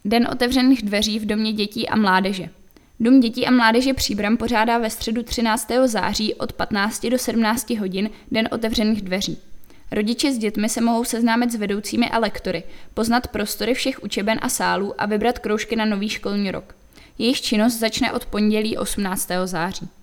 Den otevřených dveří v Domě dětí a mládeže. Dům dětí a mládeže Příbram pořádá ve středu 13. září od 15 do 17 hodin Den otevřených dveří. Rodiče s dětmi se mohou seznámit s vedoucími a lektory, poznat prostory všech učeben a sálů a vybrat kroužky na nový školní rok. Jejich činnost začne od pondělí 18. září.